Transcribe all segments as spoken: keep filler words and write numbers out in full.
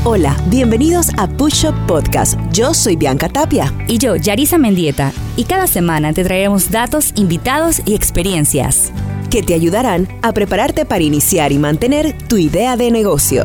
Hola, bienvenidos a Push Up Podcast. Yo soy Bianca Tapia. Y yo, Yarisa Mendieta. Y cada semana te traeremos datos, invitados y experiencias que te ayudarán a prepararte para iniciar y mantener tu idea de negocio.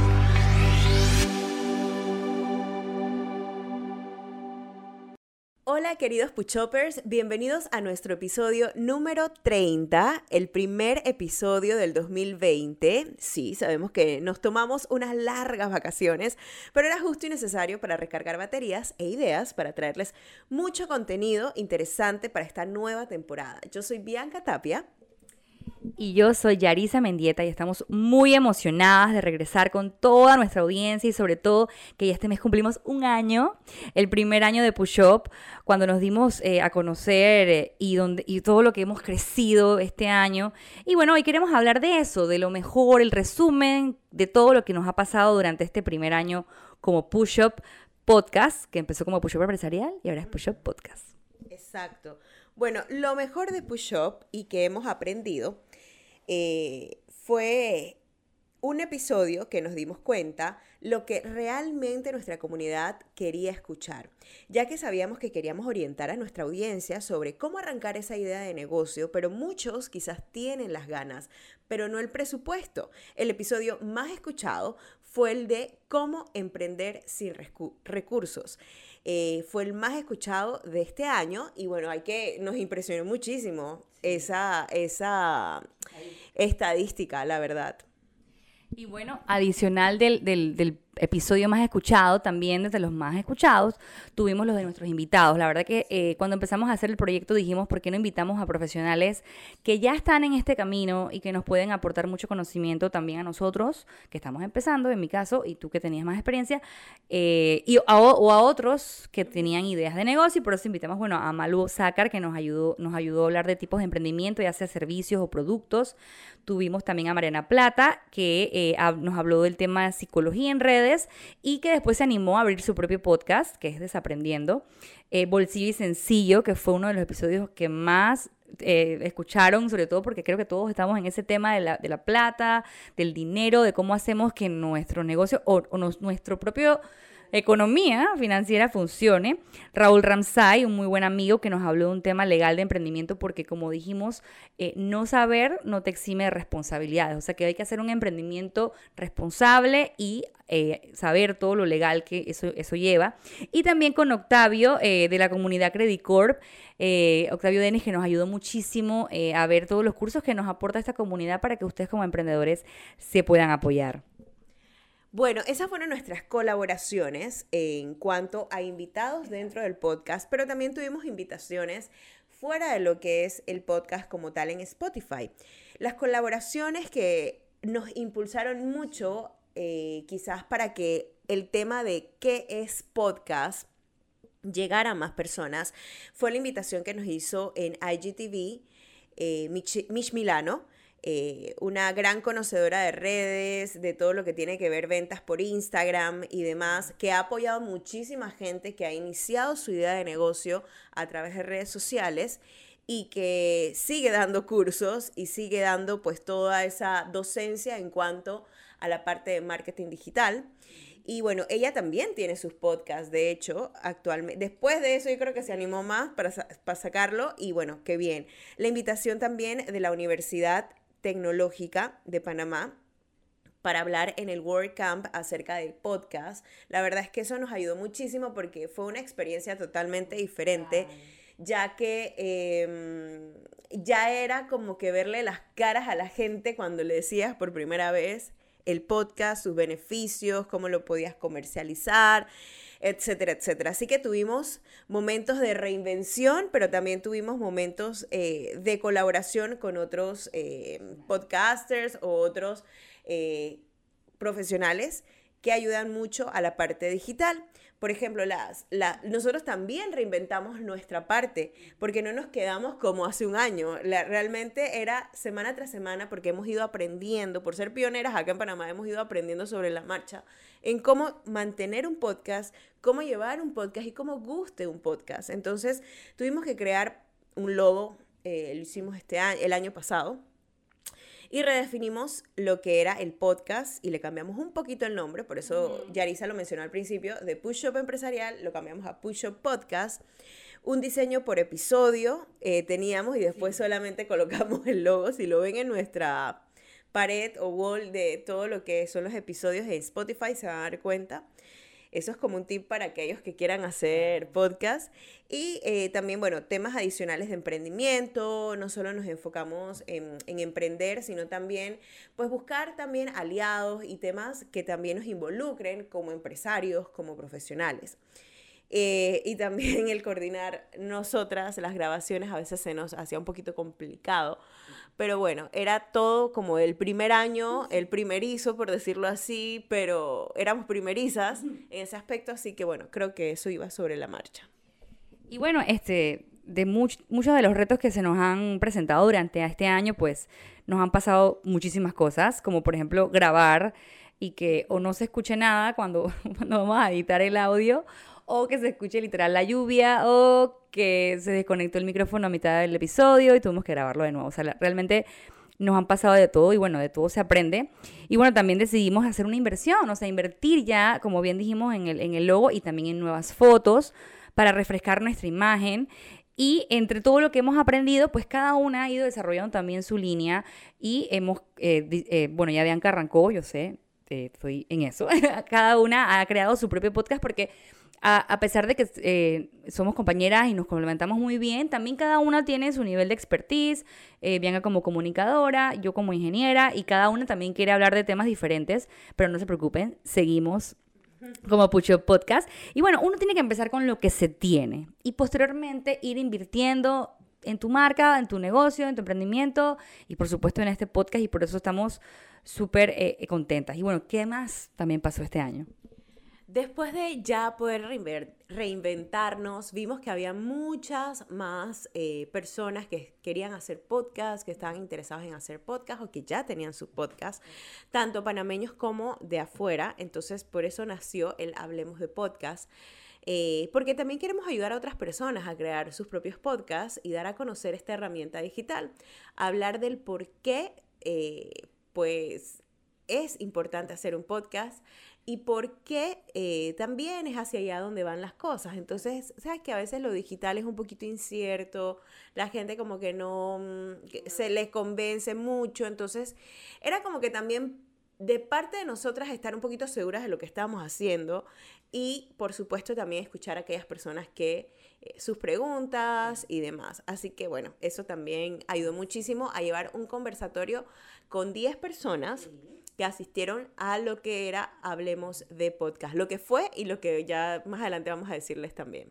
Hola queridos Push-Uppers, bienvenidos a nuestro episodio número treinta, el primer episodio del dos mil veinte. Sí, sabemos que nos tomamos unas largas vacaciones, pero era justo y necesario para recargar baterías e ideas para traerles mucho contenido interesante para esta nueva temporada. Yo soy Bianca Tapia. Y yo soy Yarisa Mendieta y estamos muy emocionadas de regresar con toda nuestra audiencia y sobre todo que ya este mes cumplimos un año, el primer año de Push Up, cuando nos dimos eh, a conocer eh, y, donde, y todo lo que hemos crecido este año. Y bueno, hoy queremos hablar de eso, de lo mejor, el resumen de todo lo que nos ha pasado durante este primer año como Push Up Podcast, que empezó como Push Up Empresarial y ahora es Push Up Podcast. Exacto. Bueno, lo mejor de Push Up y que hemos aprendido eh, fue un episodio que nos dimos cuenta lo que realmente nuestra comunidad quería escuchar, ya que sabíamos que queríamos orientar a nuestra audiencia sobre cómo arrancar esa idea de negocio, pero muchos quizás tienen las ganas, pero no el presupuesto. El episodio más escuchado fue el de cómo emprender sin recu- recursos. Eh, fue el más escuchado de este año y bueno, hay que, nos impresionó muchísimo esa, esa estadística, la verdad. Y bueno, adicional del, del, del episodio más escuchado, también desde los más escuchados, tuvimos los de nuestros invitados. La verdad que eh, cuando empezamos a hacer el proyecto dijimos, ¿por qué no invitamos a profesionales que ya están en este camino y que nos pueden aportar mucho conocimiento también a nosotros, que estamos empezando, en mi caso, y tú que tenías más experiencia, eh, y a, o a otros que tenían ideas de negocio? Y por eso invitamos, bueno, a Malu Sácar, que nos ayudó, nos ayudó a hablar de tipos de emprendimiento, ya sea servicios o productos. Tuvimos también a Mariana Plata, que eh, nos habló del tema de psicología en redes, y que después se animó a abrir su propio podcast, que es Desaprendiendo. Eh, Bolsillo y Sencillo, que fue uno de los episodios que más eh, escucharon, sobre todo porque creo que todos estamos en ese tema de la, de la plata, del dinero, de cómo hacemos que nuestro negocio o, o nos, nuestro propio economía financiera funcione. Raúl Ramsay, un muy buen amigo que nos habló de un tema legal de emprendimiento, porque como dijimos, eh, no saber no te exime de responsabilidades, o sea que hay que hacer un emprendimiento responsable y eh, saber todo lo legal que eso, eso lleva. Y también con Octavio eh, de la comunidad Credit Corp, eh, Octavio Denis, que nos ayudó muchísimo eh, a ver todos los cursos que nos aporta esta comunidad para que ustedes como emprendedores se puedan apoyar. Bueno, esas fueron nuestras colaboraciones en cuanto a invitados dentro del podcast, pero también tuvimos invitaciones fuera de lo que es el podcast como tal en Spotify. Las colaboraciones que nos impulsaron mucho, eh, quizás para que el tema de qué es podcast llegara a más personas, fue la invitación que nos hizo en I G T V eh, Mich, Mich Milano. Eh, una gran conocedora de redes, de todo lo que tiene que ver ventas por Instagram y demás, que ha apoyado muchísima gente que ha iniciado su idea de negocio a través de redes sociales y que sigue dando cursos y sigue dando pues toda esa docencia en cuanto a la parte de marketing digital. Y bueno, ella también tiene sus podcasts, de hecho, actualmente. Después de eso yo creo que se animó más para, para sacarlo y bueno, qué bien. La invitación también de la Universidad Tecnológica de Panamá para hablar en el WordCamp acerca del podcast. La verdad es que eso nos ayudó muchísimo porque fue una experiencia totalmente diferente, ya que eh, ya era como que verle las caras a la gente cuando le decías por primera vez el podcast, sus beneficios, cómo lo podías comercializar, etcétera, etcétera. Así que tuvimos momentos de reinvención, pero también tuvimos momentos eh, de colaboración con otros eh, podcasters o otros eh, profesionales que ayudan mucho a la parte digital. Por ejemplo, las, la, nosotros también reinventamos nuestra parte, porque no nos quedamos como hace un año. La, realmente era semana tras semana, porque hemos ido aprendiendo, por ser pioneras acá en Panamá, hemos ido aprendiendo sobre la marcha en cómo mantener un podcast, cómo llevar un podcast y cómo guste un podcast. Entonces, tuvimos que crear un logo, eh, lo hicimos este año, el año pasado, y redefinimos lo que era el podcast y le cambiamos un poquito el nombre, por eso Yarisa lo mencionó al principio, de Push Up Empresarial lo cambiamos a Push Up Podcast. Un diseño por episodio eh, teníamos y después sí. solamente colocamos el logo. Si lo ven en nuestra pared o wall de todo lo que son los episodios en Spotify se van a dar cuenta. Eso es como un tip para aquellos que quieran hacer podcast. Y eh, también, bueno, temas adicionales de emprendimiento. No solo nos enfocamos en, en emprender, sino también, pues, buscar también aliados y temas que también nos involucren como empresarios, como profesionales. Eh, y también el coordinar nosotras las grabaciones a veces se nos hacía un poquito complicado, pero bueno, era todo como el primer año, el primerizo por decirlo así, pero éramos primerizas en ese aspecto, así que bueno, creo que eso iba sobre la marcha. Y bueno, este, de much, muchos de los retos que se nos han presentado durante este año, pues nos han pasado muchísimas cosas, como por ejemplo grabar y que o no se escuche nada cuando, cuando vamos a editar el audio, o que se escuche literal la lluvia, o que se desconectó el micrófono a mitad del episodio y tuvimos que grabarlo de nuevo. O sea, la, realmente nos han pasado de todo y bueno, de todo se aprende. Y bueno, también decidimos hacer una inversión, o sea, invertir ya, como bien dijimos, en el, en el logo y también en nuevas fotos para refrescar nuestra imagen. Y entre todo lo que hemos aprendido, pues cada una ha ido desarrollando también su línea y hemos, eh, eh, bueno, ya Bianca arrancó, yo sé, eh, estoy en eso. Cada una ha creado su propio podcast porque A, a pesar de que eh, somos compañeras y nos complementamos muy bien, también cada una tiene su nivel de expertise, eh, Bianca como comunicadora, yo como ingeniera, y cada una también quiere hablar de temas diferentes, pero no se preocupen, seguimos como Push Up Podcast. Y bueno, uno tiene que empezar con lo que se tiene y posteriormente ir invirtiendo en tu marca, en tu negocio, en tu emprendimiento y por supuesto en este podcast, y por eso estamos súper eh, contentas. Y bueno, ¿qué más también pasó este año? Después de ya poder reinventarnos, vimos que había muchas más eh, personas que querían hacer podcast, que estaban interesados en hacer podcast o que ya tenían su podcast, tanto panameños como de afuera. Entonces, por eso nació el Hablemos de Podcast, eh, porque también queremos ayudar a otras personas a crear sus propios podcasts y dar a conocer esta herramienta digital. Hablar del por qué, eh, pues, es importante hacer un podcast, y por qué eh, también es hacia allá donde van las cosas. Entonces, sabes que a veces lo digital es un poquito incierto, la gente como que no que se les convence mucho, entonces era como que también de parte de nosotras estar un poquito seguras de lo que estábamos haciendo y por supuesto también escuchar a aquellas personas que eh, sus preguntas y demás. Así que bueno, eso también ayudó muchísimo a llevar un conversatorio con diez personas que asistieron a lo que era Hablemos de Podcast, lo que fue y lo que ya más adelante vamos a decirles también.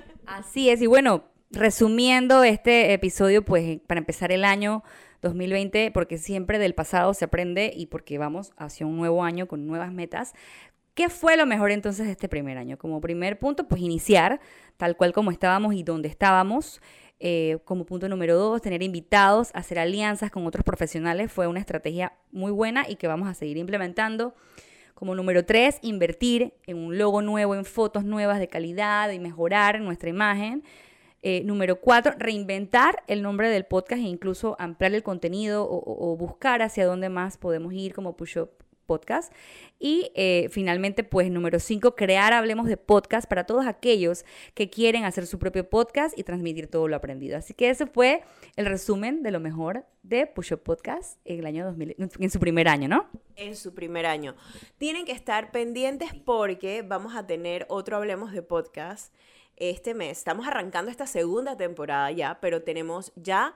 Así es, y bueno, resumiendo este episodio, pues para empezar el año dos mil veinte, porque siempre del pasado se aprende y porque vamos hacia un nuevo año con nuevas metas. ¿Qué fue lo mejor entonces de este primer año? Como primer punto, pues iniciar tal cual como estábamos y donde estábamos. Eh, como punto número dos, tener invitados, hacer alianzas con otros profesionales fue una estrategia muy buena y que vamos a seguir implementando. Como número tres, invertir en un logo nuevo, en fotos nuevas de calidad y mejorar nuestra imagen. Eh, número cuatro, reinventar el nombre del podcast e incluso ampliar el contenido o, o, o buscar hacia dónde más podemos ir como Push Up Podcast. Y eh, finalmente, pues número cinco, crear Hablemos de Podcast para todos aquellos que quieren hacer su propio podcast y transmitir todo lo aprendido. Así que ese fue el resumen de lo mejor de Push Up Podcast en el año dos mil, en su primer año, ¿no? En su primer año. Tienen que estar pendientes porque vamos a tener otro Hablemos de Podcast este mes. Estamos arrancando esta segunda temporada ya, pero tenemos ya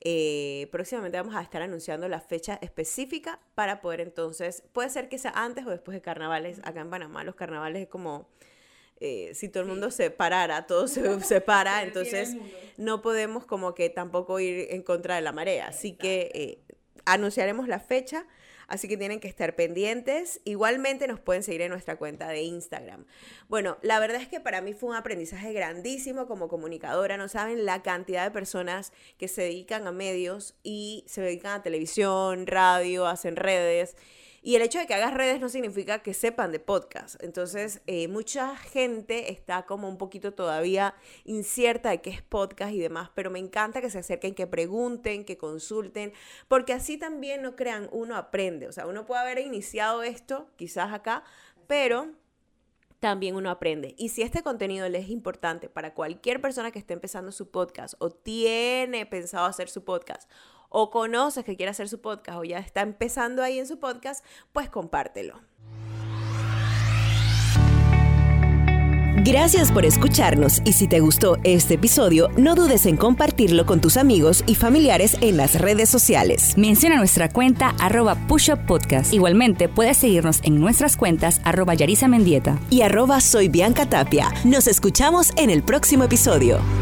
Eh, próximamente vamos a estar anunciando la fecha específica para poder entonces, puede ser que sea antes o después de carnavales. Acá en Panamá los carnavales es como eh, si todo el mundo sí. se parara, todo se separa, entonces no podemos como que tampoco ir en contra de la marea, así que eh, anunciaremos la fecha. Así que tienen que estar pendientes. Igualmente nos pueden seguir en nuestra cuenta de Instagram. Bueno, la verdad es que para mí fue un aprendizaje grandísimo como comunicadora. No saben la cantidad de personas que se dedican a medios y se dedican a televisión, radio, hacen redes. Y el hecho de que hagas redes no significa que sepan de podcast. Entonces, eh, mucha gente está como un poquito todavía incierta de qué es podcast y demás, pero me encanta que se acerquen, que pregunten, que consulten, porque así también, no crean, uno aprende. O sea, uno puede haber iniciado esto quizás acá, pero también uno aprende. Y si este contenido les es importante para cualquier persona que esté empezando su podcast o tiene pensado hacer su podcast, o conoces que quiere hacer su podcast o ya está empezando ahí en su podcast, pues compártelo. Gracias por escucharnos y si te gustó este episodio, no dudes en compartirlo con tus amigos y familiares en las redes sociales. Menciona nuestra cuenta arroba pushuppodcast. Igualmente puedes seguirnos en nuestras cuentas arroba Yarisa Mendieta y arroba soy Bianca Tapia. Nos escuchamos en el próximo episodio.